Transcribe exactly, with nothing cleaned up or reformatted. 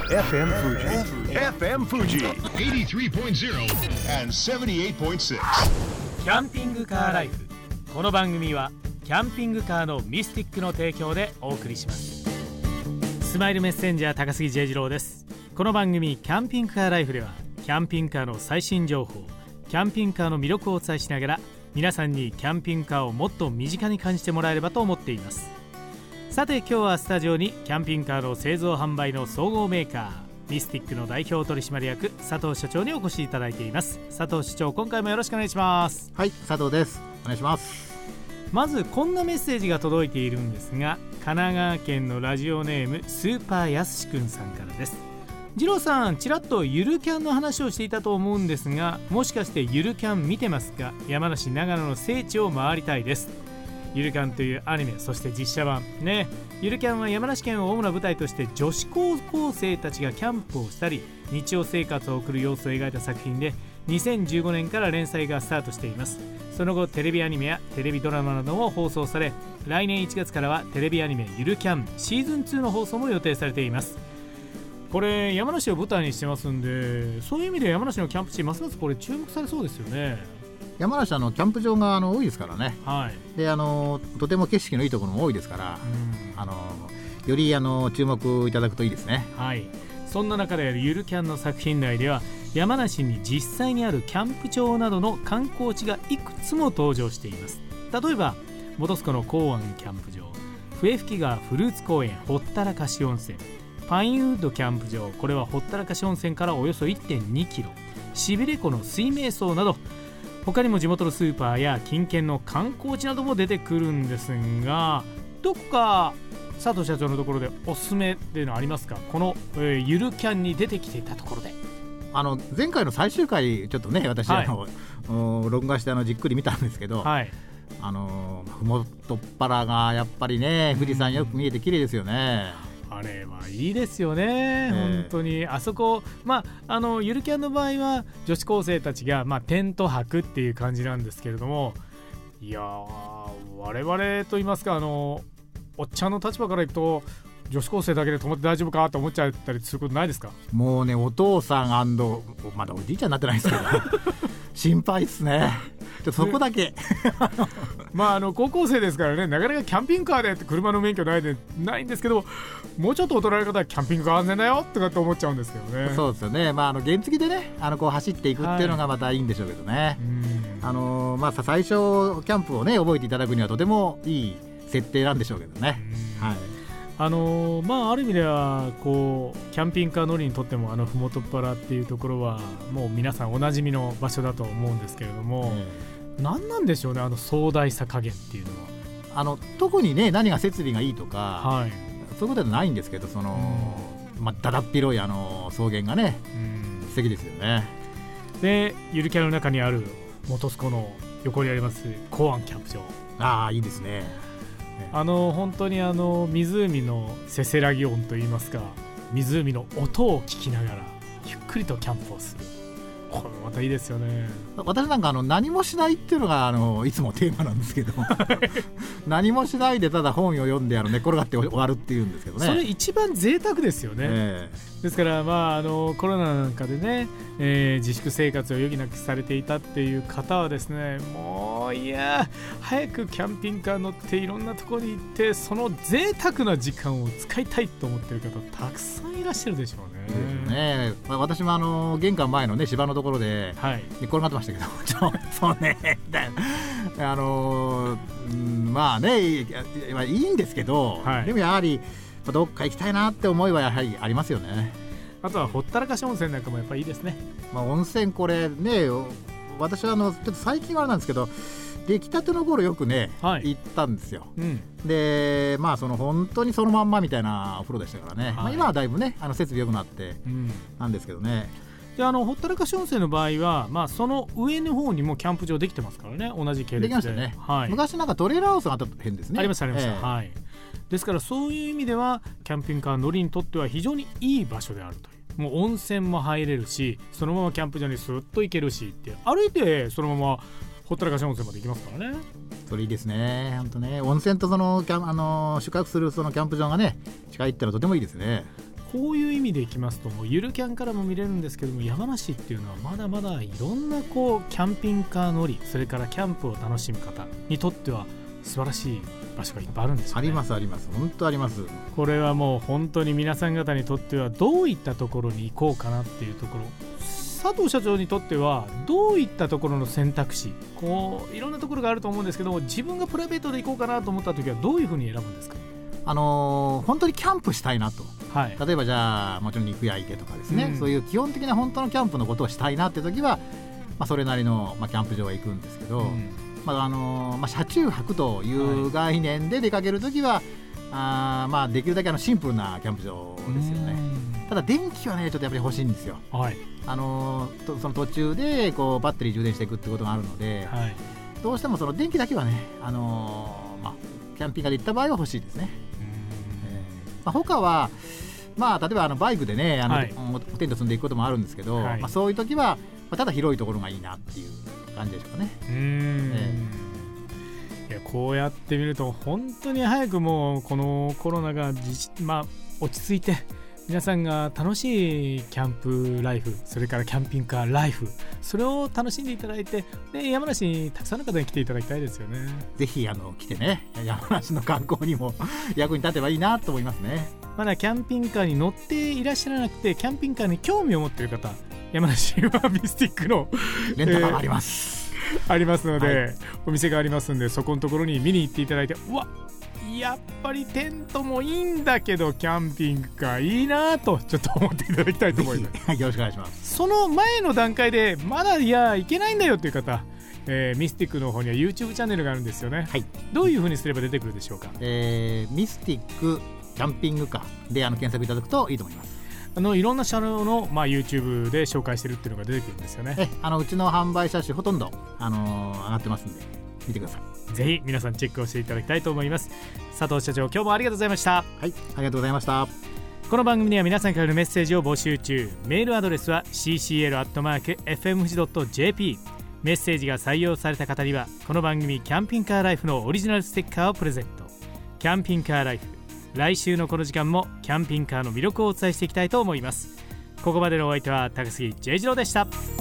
エフエム Fuji エフエム Fuji はちじゅうさんてんゼロ and ななじゅうはちてんろくキャンピングカーライフ。この番組はキャンピングカーのミスティックの提供でお送りします。スマイルメッセンジャー高杉 J 次郎です。この番組キャンピングカーライフではキャンピングカーの最新情報、キャンピングカーの魅力をお伝えしながら皆さんにキャンピングカーをもっと身近に感じてもらえればと思っています。さて今日はスタジオにキャンピングカーの製造販売の総合メーカーミスティックの代表取締役佐藤社長にお越しいただいています。佐藤社長、今回もよろしくお願いします。 はい、佐藤です。お願いします。 まずこんなメッセージが届いているんですが、神奈川県のラジオネームスーパーやすしくんさんからです。次郎さん、ちらっとゆるキャンの話をしていたと思うんですが、もしかしてゆるキャン見てますか？山梨長野の聖地を回りたいです。ゆるキャンというアニメ、そして実写版ね。ゆるキャンは山梨県を主な舞台として女子高校生たちがキャンプをしたり日常生活を送る様子を描いた作品で、にせんじゅうごねんから連載がスタートしています。その後テレビアニメやテレビドラマなども放送され、来年いちがつからはテレビアニメゆるキャンシーズンツーの放送も予定されています。これ山梨を舞台にしてますんで、そういう意味で山梨のキャンプ地ますますこれ注目されそうですよね。 山梨はあのキャンプ場があの多いですからね、 はい、 であのとても景色のいいところも多いですから、うん、あのよりあの注目いただくといいですね。 はい、そんな中でゆるキャンの作品内では山梨に実際にあるキャンプ場などの観光地がいくつも登場しています。例えば本栖湖の港湾キャンプ場、笛吹川フルーツ公園ほったらかし温泉、パインウッドキャンプ場、これはほったらかし温泉からおよそ いってんにキロ、しびれ湖の水明荘など、他にも地元のスーパーや近県の観光地なども出てくるんですが、どこか佐藤社長のところでおすすめっていうのはありますか？この、えー、ゆるキャンに出てきていたところで。 あの前回の最終回ちょっとね、私、はい、あの録画してあのじっくり見たんですけど、はい、あのふもとっぱらがやっぱりね、富士山よく見えて綺麗ですよね。 あれはいいですよね、えー、本当にあそこ、まあ、あのゆるキャンの場合は女子高生たちが、まあ、テント泊っていう感じなんですけれども、いや我々といいますか、あのおっちゃんの立場からいくと女子高生だけで泊まって大丈夫かと思っちゃったりすることないですか？ もうね、お父さんまだおじいちゃんになってないですけど心配ですね。ちょっとそこだけまああの高校生ですからね、なかなかキャンピングカーでって車の免許ないでないんですけど、もうちょっと大人の方はキャンピングカー安全だよとかって思っちゃうんですけどね。 そうですよね、まあ、あの原付でね、あのこう走っていくっていうのがまたいいんでしょうけどね、はい、あのまあ、最初キャンプをね覚えていただくにはとてもいい設定なんでしょうけどね、はい、 あのーまあ、ある意味ではこうキャンピングカー乗りにとってもあのふもとっぱらっていうところはもう皆さんおなじみの場所だと思うんですけれども、えー、何なんでしょうね、あの壮大さ加減っていうのは。 あの特にね、何が設備がいいとか、はい、そういうことはないんですけど、その、うん、まあ、だだっ広いあの草原がね、うん、素敵ですよね。 でゆるキャンの中にある本栖湖の横にあります港湾キャンプ場、 ああいいですね。 あの本当にあの湖のせせらぎ音といいますか、湖の音を聞きながらゆっくりとキャンプをする、これまたいいですよね。 私なんかあの何もしないっていうのがあのいつもテーマなんですけど何もしないでただ本を読んであの寝転がって終わるっていうんですけどね。 それ一番贅沢ですよね、えー、ですから、まあ、あのコロナなんかでね、えー、自粛生活を余儀なくされていたっていう方はですね、もういや早くキャンピングカー乗っていろんなところに行ってその贅沢な時間を使いたいと思っている方たくさんいらっしゃるでしょうね。 ですね、まあ、私もあの玄関前の、ね、芝のところで寝転がってましたけど、はい、ちょそうねあのー、まあね い, い, いいんですけど、はい、でもやはりどっか行きたいなって思いはやはりありますよね。 あとはほったらかし温泉なんかもやっぱりいいですね。 まあ、温泉これね、私はあのちょっと最近はあれなんですけど、出来たての頃よくね、はい、行ったんですよ、うん、でまあその本当にそのまんまみたいなお風呂でしたからね、はい、まあ、今はだいぶねあの設備良くなってなんですけどね、 うん、であのほったらかし温泉の場合は、まあ、その上の方にもキャンプ場できてますからね、同じ系列でできましたね、はい、昔なんかトレーラーハウスがあった辺ですね。 ありましたありました、えーはい、ですからそういう意味ではキャンピングカー乗りにとっては非常にいい場所であるという、もう温泉も入れるし、そのままキャンプ場にスッと行けるしって、歩いてそのままほったらかし温泉まで行きますからね。 それいいですね。本当ね、温泉とそのキャンあの宿泊するそのキャンプ場がね近いってのはとてもいいですね。 こういう意味でいきますともうゆるキャンからも見れるんですけども、山梨っていうのはまだまだいろんなこうキャンピングカー乗り、それからキャンプを楽しむ方にとっては素晴らしい場所がいっぱいあるんですよね。 ありますあります、本当あります。 これはもう本当に皆さん方にとってはどういったところに行こうかなっていうところ、佐藤社長にとってはどういったところの選択肢、こういろんなところがあると思うんですけども、自分がプライベートで行こうかなと思った時はどういうふうに選ぶんですか？ あのー、本当にキャンプしたいなと、 はい、 例えばじゃあもちろん肉焼いてとかですね、うん、そういう基本的な本当のキャンプのことをしたいなって時は、まあ、それなりの、まあ、キャンプ場へ行くんですけど、うんまああのーまあ、車中泊という概念で出かけるときは、はい、あまあ、できるだけあのシンプルなキャンプ場ですよね。ただ電気はねちょっとやっぱり欲しいんですよ、はい、あのー、とその途中でこうバッテリー充電していくってことがあるので、はい、どうしてもその電気だけはね、あのーまあ、キャンピングカーで行った場合は欲しいですね。えーまあ、他は、まあ、例えばあのバイクでねあの、はい、テント積んでいくこともあるんですけど、はい、まあ、そういう時は、まあ、ただ広いところがいいなっていう感じでしょうかね。うーん、えー、いやこうやってみると本当に早くもうこのコロナが、まあ、落ち着いて皆さんが楽しいキャンプライフ、それからキャンピングカーライフ、それを楽しんでいただいて、で山梨にたくさんの方に来ていただきたいですよね。 ぜひあの来てね、山梨の観光にも役に立てばいいなと思いますね。 まだキャンピングカーに乗っていらっしゃらなくてキャンピングカーに興味を持っている方、山梨はミスティックのレンタカーがあります、 えー、ありますので、はい、お店がありますので、そこのところに見に行っていただいて、うわやっぱりテントもいいんだけどキャンピングカーいいなとちょっと思っていただきたいと思います。 よろしくお願いします。 その前の段階でまだいやいけないんだよという方、えー、ミスティックの方には YouTube チャンネルがあるんですよね、はい、どういう風にすれば出てくるでしょうか？ えー、ミスティックキャンピングカーであの検索いただくといいと思います。 あのいろんな車両の、まあ、YouTube で紹介してるっていうのが出てくるんですよね。 えあのうちの販売車種ほとんど、あのー、上がってますんで見てください。 ぜひ皆さんチェックをしていただきたいと思います。佐藤社長、今日もありがとうございました。 はい、ありがとうございました。 この番組では皆さんからのメッセージを募集中。メールアドレスは シーシーエル アットマーク エフエム 富士 ドット ジェーピー。 メッセージが採用された方にはこの番組キャンピングカーライフのオリジナルステッカーをプレゼント。キャンピングカーライフ、来週のこの時間もキャンピングカーの魅力をお伝えしていきたいと思います。ここまでのお相手は高杉 J 次郎でした。